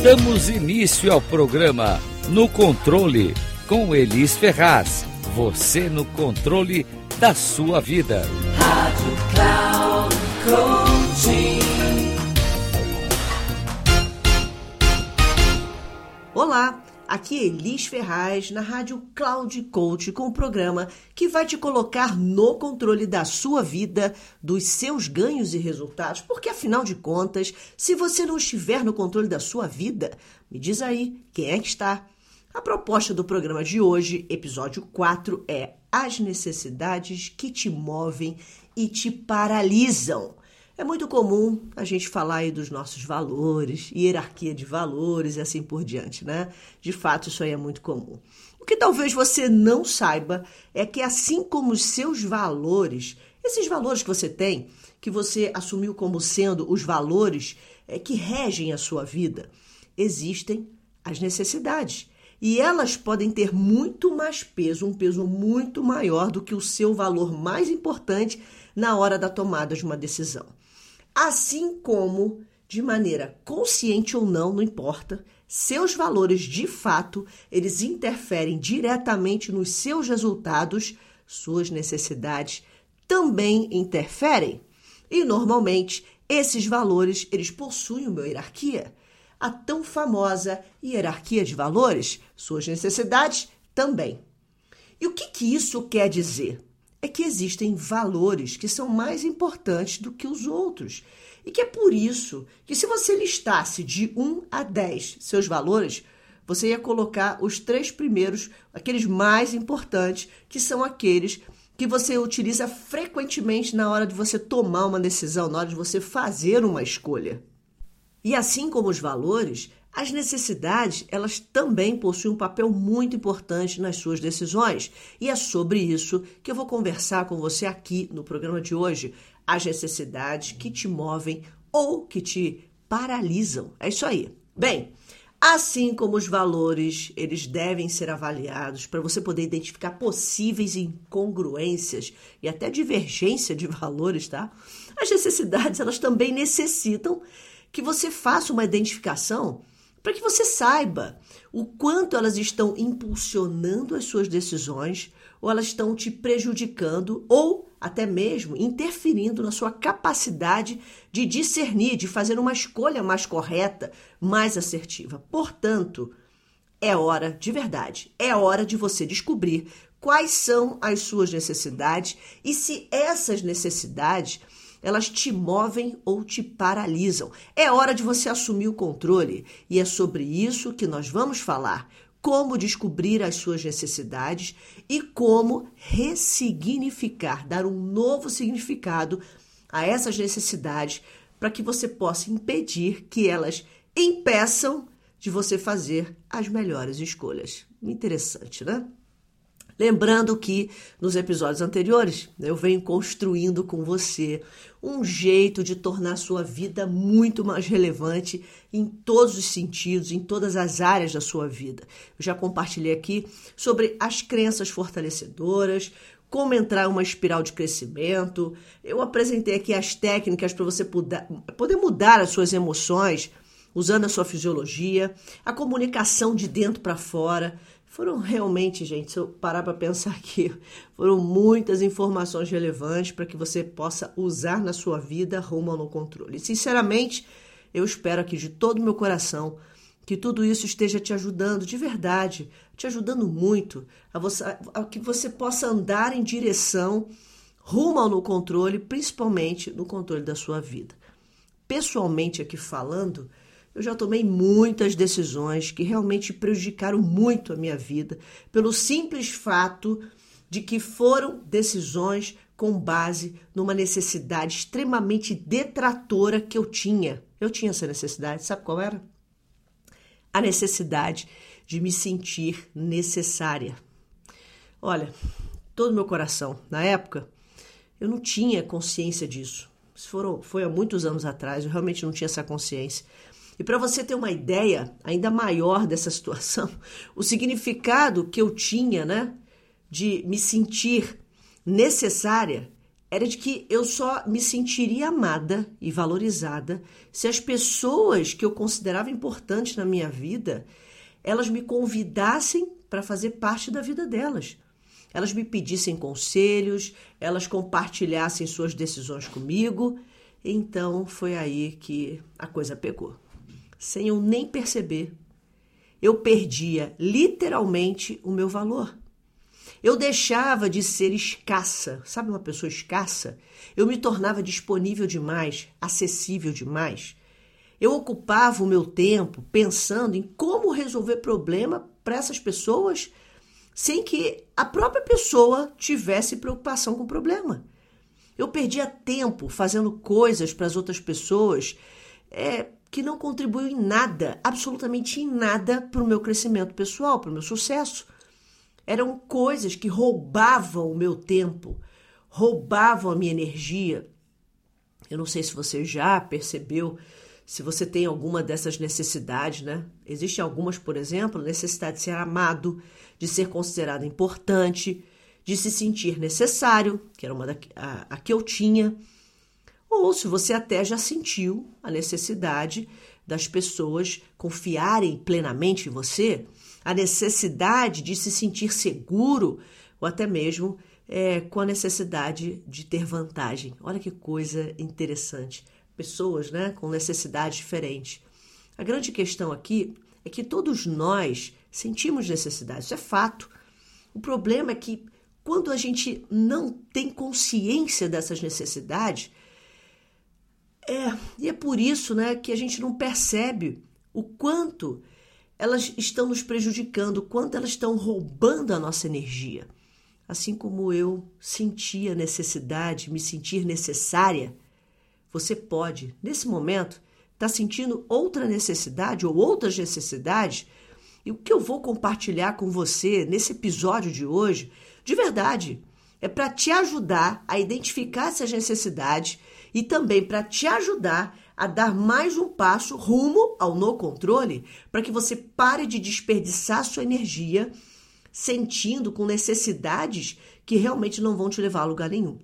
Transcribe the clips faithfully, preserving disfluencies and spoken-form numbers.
Damos início ao programa No Controle, com Elis Ferraz. Você no controle da sua vida. Rádio Cloud Coaching. Olá, aqui é Elis Ferraz na Rádio Cloud Coach com o programa que vai te colocar no controle da sua vida, dos seus ganhos e resultados, porque afinal de contas, se você não estiver no controle da sua vida, me diz aí, quem é que está? A proposta do programa de hoje, episódio quatro, é as necessidades que te movem e te paralisam. É muito comum a gente falar aí dos nossos valores, hierarquia de valores e assim por diante, né? De fato, isso aí é muito comum. O que talvez você não saiba é que assim como os seus valores, esses valores que você tem, que você assumiu como sendo os valores é, que regem a sua vida, existem as necessidades. E elas podem ter muito mais peso, um peso muito maior do que o seu valor mais importante na hora da tomada de uma decisão. Assim como, de maneira consciente ou não, não importa, seus valores, de fato, eles interferem diretamente nos seus resultados, suas necessidades também interferem. E, normalmente, esses valores, eles possuem uma hierarquia. A tão famosa hierarquia de valores, suas necessidades também. E o que, que isso quer dizer? É que existem valores que são mais importantes do que os outros. E que é por isso que se você listasse de um a dez seus valores, você ia colocar os três primeiros, aqueles mais importantes, que são aqueles que você utiliza frequentemente na hora de você tomar uma decisão, na hora de você fazer uma escolha. E assim como os valores, as necessidades, elas também possuem um papel muito importante nas suas decisões. E é sobre isso que eu vou conversar com você aqui no programa de hoje. As necessidades que te movem ou que te paralisam. É isso aí. Bem, assim como os valores, eles devem ser avaliados para você poder identificar possíveis incongruências e até divergência de valores, tá? As necessidades, elas também necessitam que você faça uma identificação para que você saiba o quanto elas estão impulsionando as suas decisões ou elas estão te prejudicando ou até mesmo interferindo na sua capacidade de discernir, de fazer uma escolha mais correta, mais assertiva. Portanto, é hora, de verdade, é hora de você descobrir quais são as suas necessidades e se essas necessidades elas te movem ou te paralisam. É hora de você assumir o controle e é sobre isso que nós vamos falar. Como descobrir as suas necessidades e como ressignificar, dar um novo significado a essas necessidades para que você possa impedir que elas impeçam de você fazer as melhores escolhas. Interessante, né? Lembrando que nos episódios anteriores eu venho construindo com você um jeito de tornar a sua vida muito mais relevante em todos os sentidos, em todas as áreas da sua vida. Eu já compartilhei aqui sobre as crenças fortalecedoras, como entrar em uma espiral de crescimento. Eu apresentei aqui as técnicas para você poder mudar as suas emoções usando a sua fisiologia, a comunicação de dentro para fora. Foram realmente, gente, se eu parar para pensar aqui, foram muitas informações relevantes para que você possa usar na sua vida rumo ao no controle. Sinceramente, eu espero aqui de todo o meu coração que tudo isso esteja te ajudando de verdade, te ajudando muito a, você, a que você possa andar em direção rumo ao no controle, principalmente no controle da sua vida. Pessoalmente aqui falando, eu já tomei muitas decisões que realmente prejudicaram muito a minha vida, pelo simples fato de que foram decisões com base numa necessidade extremamente detratora que eu tinha. Eu tinha essa necessidade, sabe qual era? A necessidade de me sentir necessária. Olha, todo o meu coração, na época, eu não tinha consciência disso. Isso foram, foi há muitos anos atrás, eu realmente não tinha essa consciência. E para você ter uma ideia ainda maior dessa situação, o significado que eu tinha, né, de me sentir necessária era de que eu só me sentiria amada e valorizada se as pessoas que eu considerava importantes na minha vida, elas me convidassem para fazer parte da vida delas. Elas me pedissem conselhos, elas compartilhassem suas decisões comigo. Então foi aí que a coisa pegou. Sem eu nem perceber, eu perdia literalmente o meu valor. Eu deixava de ser escassa, sabe uma pessoa escassa? Eu me tornava disponível demais, acessível demais. Eu ocupava o meu tempo pensando em como resolver problema para essas pessoas sem que a própria pessoa tivesse preocupação com o problema. Eu perdia tempo fazendo coisas para as outras pessoas é, que não contribuíam em nada, absolutamente em nada para o meu crescimento pessoal, para o meu sucesso. Eram coisas que roubavam o meu tempo, roubavam a minha energia. Eu não sei se você já percebeu, se você tem alguma dessas necessidades, né? Existem algumas, por exemplo, necessidade de ser amado, de ser considerado importante, de se sentir necessário, que era uma da, a, a que eu tinha. Ou se você até já sentiu a necessidade das pessoas confiarem plenamente em você, a necessidade de se sentir seguro, ou até mesmo é, com a necessidade de ter vantagem. Olha que coisa interessante. Pessoas, né, com necessidades diferentes. A grande questão aqui é que todos nós sentimos necessidade, isso é fato. O problema é que quando a gente não tem consciência dessas necessidades, é, e é por isso, né, que a gente não percebe o quanto elas estão nos prejudicando, o quanto elas estão roubando a nossa energia. Assim como eu sentia necessidade, me sentir necessária, você pode, nesse momento, estar sentindo outra necessidade ou outras necessidades. E o que eu vou compartilhar com você nesse episódio de hoje, de verdade, é para te ajudar a identificar essas necessidades e também para te ajudar a dar mais um passo rumo ao no controle, para que você pare de desperdiçar sua energia sentindo com necessidades que realmente não vão te levar a lugar nenhum.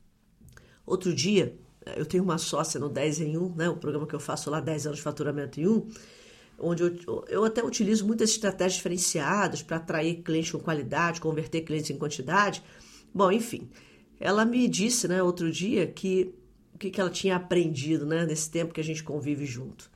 Outro dia, eu tenho uma sócia no dez em um, né, o programa que eu faço lá, dez anos de faturamento em um, onde eu, eu até utilizo muitas estratégias diferenciadas para atrair clientes com qualidade, converter clientes em quantidade. Bom, enfim, ela me disse, né, outro dia que o que, que ela tinha aprendido, né, nesse tempo que a gente convive junto.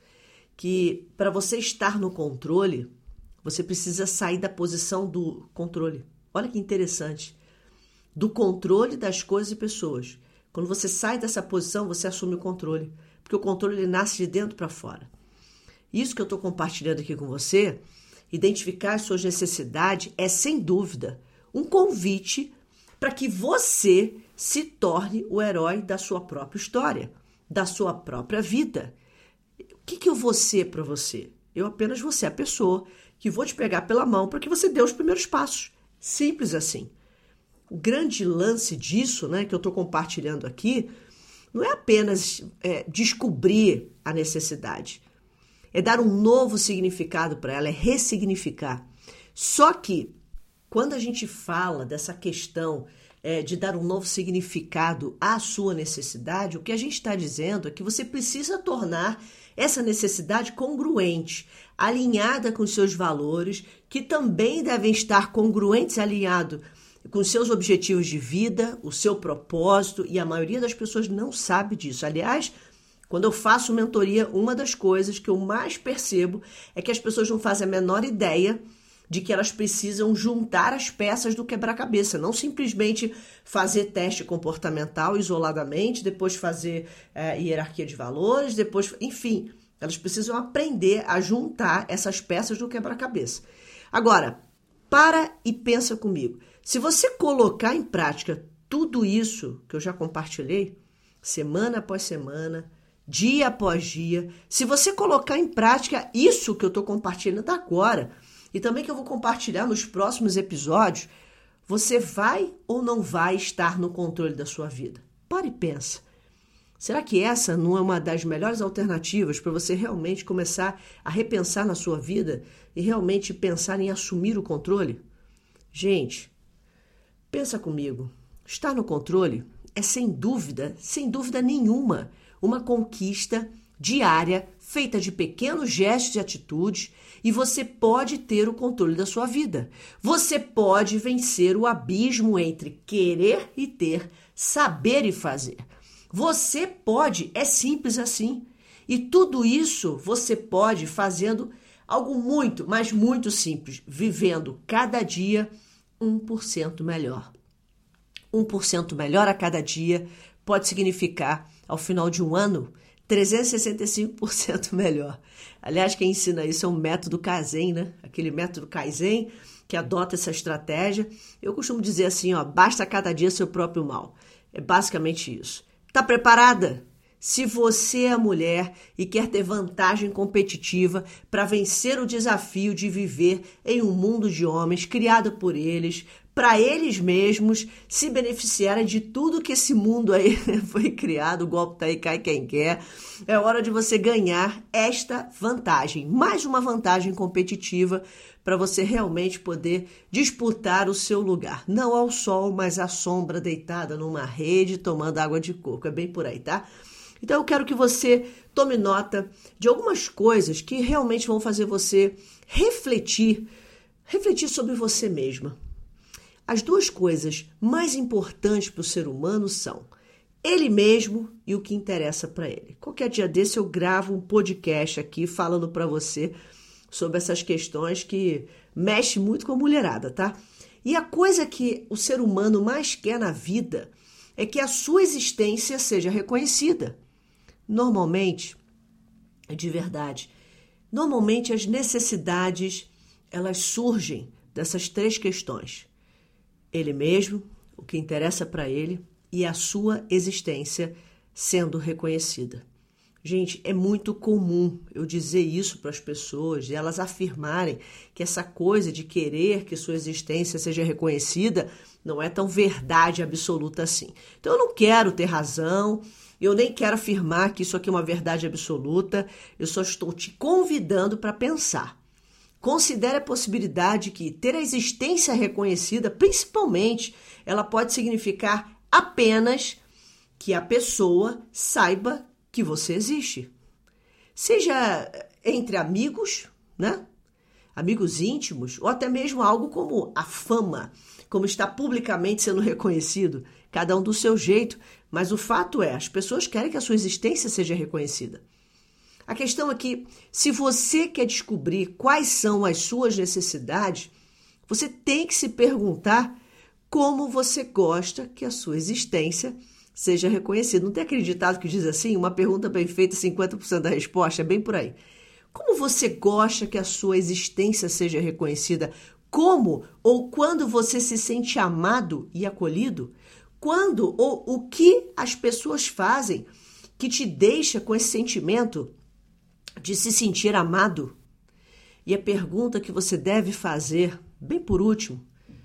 Que para você estar no controle, você precisa sair da posição do controle. Olha que interessante. Do controle das coisas e pessoas. Quando você sai dessa posição, você assume o controle. Porque o controle ele nasce de dentro para fora. Isso que eu estou compartilhando aqui com você, identificar as suas necessidades, é sem dúvida um convite para que você se torne o herói da sua própria história, da sua própria vida. O que, que eu vou ser para você? Eu apenas vou ser a pessoa que vou te pegar pela mão para que você dê os primeiros passos. Simples assim. O grande lance disso, né, que eu estou compartilhando aqui, não é apenas é, descobrir a necessidade. É dar um novo significado para ela, é ressignificar. Só que, quando a gente fala dessa questão é, de dar um novo significado à sua necessidade, o que a gente está dizendo é que você precisa tornar essa necessidade congruente, alinhada com os seus valores, que também devem estar congruentes, alinhados com os seus objetivos de vida, o seu propósito, e a maioria das pessoas não sabe disso. Aliás, quando eu faço mentoria, uma das coisas que eu mais percebo é que as pessoas não fazem a menor ideia de que elas precisam juntar as peças do quebra-cabeça, não simplesmente fazer teste comportamental isoladamente, depois fazer é, hierarquia de valores, depois, enfim, elas precisam aprender a juntar essas peças do quebra-cabeça. Agora, para e pensa comigo. Se você colocar em prática tudo isso que eu já compartilhei, semana após semana, dia após dia, se você colocar em prática isso que eu estou compartilhando agora, e também que eu vou compartilhar nos próximos episódios, você vai ou não vai estar no controle da sua vida? Para e pensa. Será que essa não é uma das melhores alternativas para você realmente começar a repensar na sua vida e realmente pensar em assumir o controle? Gente, pensa comigo. Estar no controle é sem dúvida, sem dúvida nenhuma, uma conquista diária, feita de pequenos gestos e atitudes, e você pode ter o controle da sua vida. Você pode vencer o abismo entre querer e ter, saber e fazer. Você pode, é simples assim. E tudo isso você pode fazendo algo muito, mas muito simples, vivendo cada dia um por cento melhor. um por cento melhor a cada dia pode significar, ao final de um ano, trezentos e sessenta e cinco por cento melhor. Aliás, quem ensina isso é um método Kaizen, né? Aquele método Kaizen que adota essa estratégia. Eu costumo dizer assim, ó, basta cada dia seu próprio mal. É basicamente isso. Tá preparada? Se você é mulher e quer ter vantagem competitiva para vencer o desafio de viver em um mundo de homens criado por eles, para eles mesmos se beneficiarem de tudo que esse mundo aí foi criado, o golpe tá aí, cai quem quer, é hora de você ganhar esta vantagem, mais uma vantagem competitiva para você realmente poder disputar o seu lugar, não ao sol, mas à sombra, deitada numa rede, tomando água de coco, é bem por aí, tá? Então eu quero que você tome nota de algumas coisas que realmente vão fazer você refletir, refletir sobre você mesma. As duas coisas mais importantes para o ser humano são ele mesmo e o que interessa para ele. Qualquer dia desse eu gravo um podcast aqui falando para você sobre essas questões que mexem muito com a mulherada, tá? E a coisa que o ser humano mais quer na vida é que a sua existência seja reconhecida. Normalmente, de verdade, normalmente as necessidades, elas surgem dessas três questões. Ele mesmo, o que interessa para ele e a sua existência sendo reconhecida. Gente, é muito comum eu dizer isso para as pessoas e elas afirmarem que essa coisa de querer que sua existência seja reconhecida não é tão verdade absoluta assim. Então eu não quero ter razão, eu nem quero afirmar que isso aqui é uma verdade absoluta, eu só estou te convidando para pensar. Considere a possibilidade que ter a existência reconhecida, principalmente, ela pode significar apenas que a pessoa saiba que você existe. Seja entre amigos, né? Amigos íntimos, ou até mesmo algo como a fama, como está publicamente sendo reconhecido, cada um do seu jeito, mas o fato é, as pessoas querem que a sua existência seja reconhecida. A questão é que, se você quer descobrir quais são as suas necessidades, você tem que se perguntar como você gosta que a sua existência seja reconhecida. Não tem acreditado que diz assim? Uma pergunta bem feita, cinquenta por cento da resposta, é bem por aí. Como você gosta que a sua existência seja reconhecida? Como ou quando você se sente amado e acolhido? Quando ou o que as pessoas fazem que te deixa com esse sentimento de se sentir amado? E a pergunta que você deve fazer, bem por último,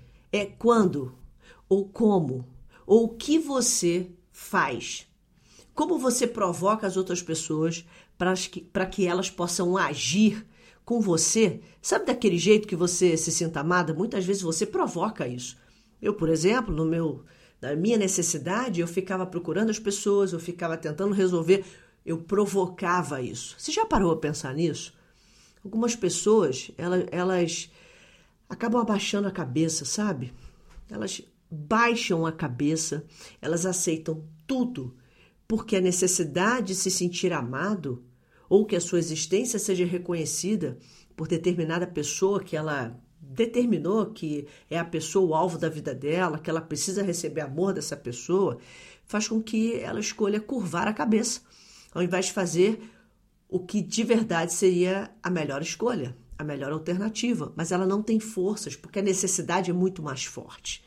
é quando ou como ou o que você faz. Como você provoca as outras pessoas para que, para que elas possam agir com você? Sabe daquele jeito que você se sinta amada? Muitas vezes você provoca isso. Eu, por exemplo, no meu, na minha necessidade, eu ficava procurando as pessoas, eu ficava tentando resolver. Eu provocava isso. Você já parou a pensar nisso? Algumas pessoas, elas, elas acabam abaixando a cabeça, sabe? Elas baixam a cabeça, elas aceitam tudo, porque a necessidade de se sentir amado ou que a sua existência seja reconhecida por determinada pessoa que ela determinou que é a pessoa o alvo da vida dela, que ela precisa receber amor dessa pessoa, faz com que ela escolha curvar a cabeça, ao invés de fazer o que de verdade seria a melhor escolha, a melhor alternativa. Mas ela não tem forças, porque a necessidade é muito mais forte.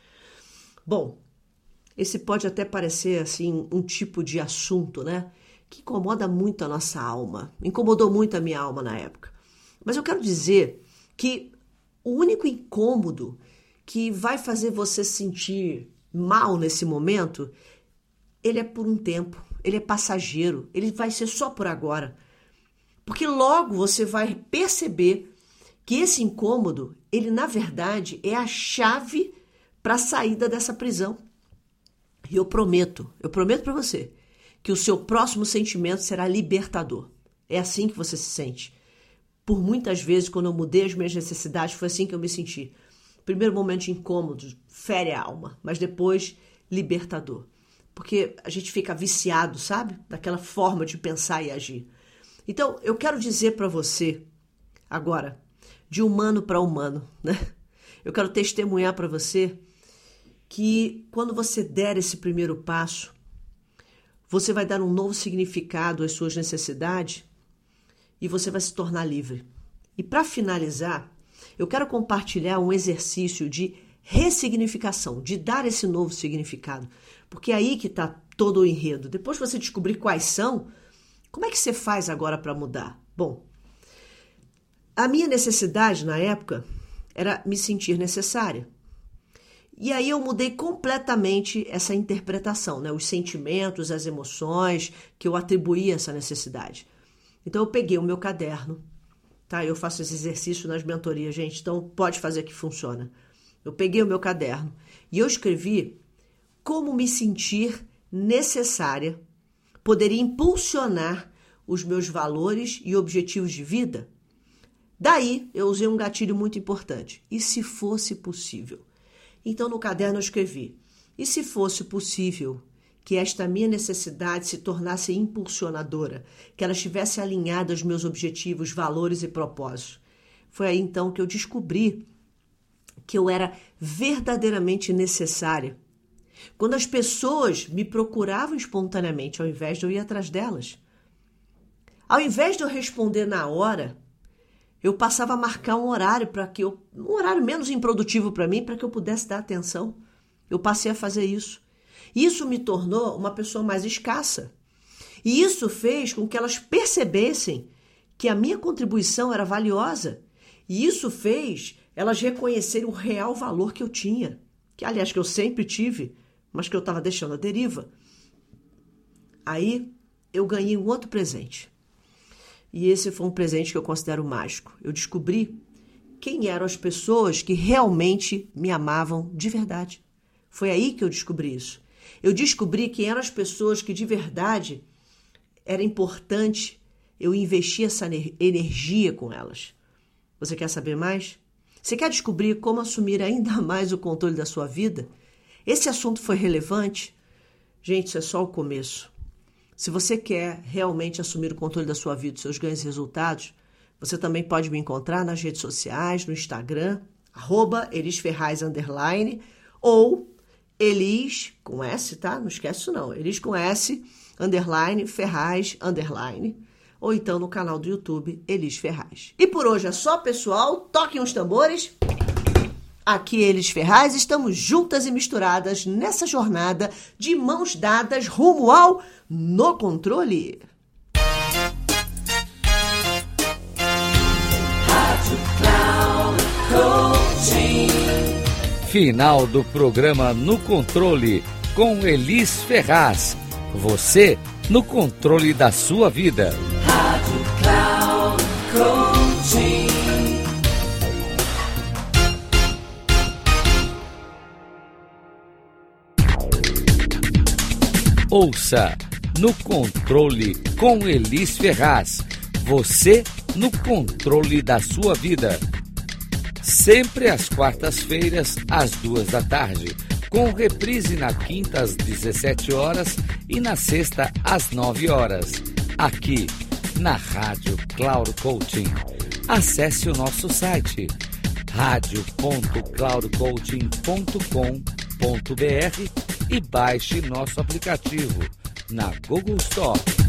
Bom, esse pode até parecer assim um tipo de assunto, né? Que incomoda muito a nossa alma. Incomodou muito a minha alma na época. Mas eu quero dizer que o único incômodo que vai fazer você se sentir mal nesse momento, ele é por um tempo. Ele é passageiro, ele vai ser só por agora. Porque logo você vai perceber que esse incômodo, ele na verdade é a chave para a saída dessa prisão. E eu prometo, eu prometo para você, que o seu próximo sentimento será libertador. É assim que você se sente. Por muitas vezes, quando eu mudei as minhas necessidades, foi assim que eu me senti. Primeiro momento de incômodo, fere a alma, mas depois libertador. Porque a gente fica viciado, sabe? Daquela forma de pensar e agir. Então, eu quero dizer para você, agora, de humano para humano, né? Eu quero testemunhar para você que quando você der esse primeiro passo, você vai dar um novo significado às suas necessidades e você vai se tornar livre. E para finalizar, eu quero compartilhar um exercício de ressignificação, de dar esse novo significado. Porque é aí que está todo o enredo. Depois que você descobrir quais são, como é que você faz agora para mudar? Bom, a minha necessidade na época era me sentir necessária. E aí eu mudei completamente essa interpretação, né? Os sentimentos, as emoções que eu atribuía a essa necessidade. Então eu peguei o meu caderno, tá? Eu faço esse exercício nas mentorias, gente, então pode fazer que funciona. Eu peguei o meu caderno e eu escrevi como me sentir necessária poderia impulsionar os meus valores e objetivos de vida. Daí eu usei um gatilho muito importante. E se fosse possível? Então, no caderno eu escrevi, e se fosse possível que esta minha necessidade se tornasse impulsionadora, que ela estivesse alinhada aos meus objetivos, valores e propósitos? Foi aí, então, que eu descobri que eu era verdadeiramente necessária. Quando as pessoas me procuravam espontaneamente, ao invés de eu ir atrás delas. Ao invés de eu responder na hora, eu passava a marcar um horário para que eu, um horário menos improdutivo para mim, para que eu pudesse dar atenção. Eu passei a fazer isso. Isso me tornou uma pessoa mais escassa. E isso fez com que elas percebessem que a minha contribuição era valiosa. E isso fez elas reconhecerem o real valor que eu tinha. Que, aliás, que eu sempre tive, mas que eu estava deixando à deriva. Aí eu ganhei um outro presente. E esse foi um presente que eu considero mágico. Eu descobri quem eram as pessoas que realmente me amavam de verdade. Foi aí que eu descobri isso. Eu descobri quem eram as pessoas que de verdade era importante eu investir essa energia com elas. Você quer saber mais? Você quer descobrir como assumir ainda mais o controle da sua vida? Esse assunto foi relevante? Gente, isso é só o começo. Se você quer realmente assumir o controle da sua vida, dos seus ganhos e resultados, você também pode me encontrar nas redes sociais, no Instagram, arroba Elis Ferraz, underline, ou Elis, com S, tá? Não esquece isso não. Elis com S, underline, Ferraz, underline. Ou então no canal do YouTube, Elis Ferraz. E por hoje é só, pessoal. Toquem os tambores. Aqui, Elis Ferraz, estamos juntas e misturadas nessa jornada de mãos dadas rumo ao No Controle. Final do programa No Controle com Elis Ferraz. Você no controle da sua vida. Rádio Cloud Coaching. Ouça No Controle com Elis Ferraz. Você no controle da sua vida. Sempre às quartas-feiras, às duas da tarde. Com reprise na quinta às dezessete horas e na sexta às nove horas. Aqui na Rádio Cloud Coaching. Acesse o nosso site rádio ponto cloud coaching ponto com ponto br e baixe nosso aplicativo na Google Store.